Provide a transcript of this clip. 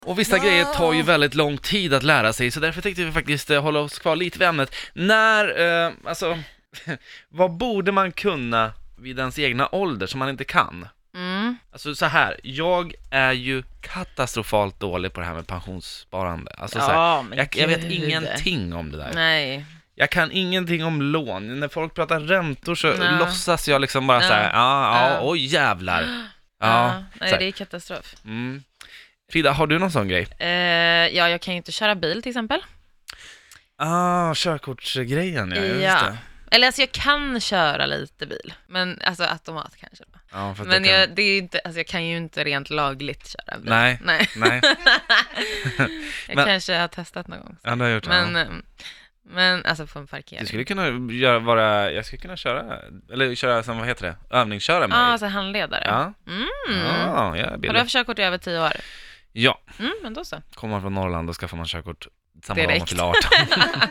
Och vissa grejer tar ju väldigt lång tid att lära sig, så därför tänkte vi faktiskt hålla oss kvar lite vid ämnet. Vad borde man kunna vid ens egna ålder som man inte kan? Alltså så här, jag är ju katastrofalt dålig på det här med pensionssparande. Alltså så här, jag vet ingenting om det där. Nej. Jag kan ingenting om lån. När folk pratar räntor så låtsas jag liksom bara så här, oj jävlar. Nej, det är katastrof. Frida, har du någon sån grej? Jag kan ju inte köra bil till exempel. Körkortsgrejen, just det. Eller alltså jag kan köra lite bil, men alltså automat kanske. Ja, för men det är inte, alltså jag kan ju inte rent lagligt köra bil. Nej. Jag kanske har testat någon gång. Ja, det har jag gjort. Men alltså på en parkering. Du skulle kunna jag skulle kunna köra som, vad heter det? Övningsköra med. Alltså handledare. Ja. Har du haft körkort i över 10 år? Ja. Men då så. Kommer man från Norrland och skaffar man körkort samma Direkt. dag man fyller 18.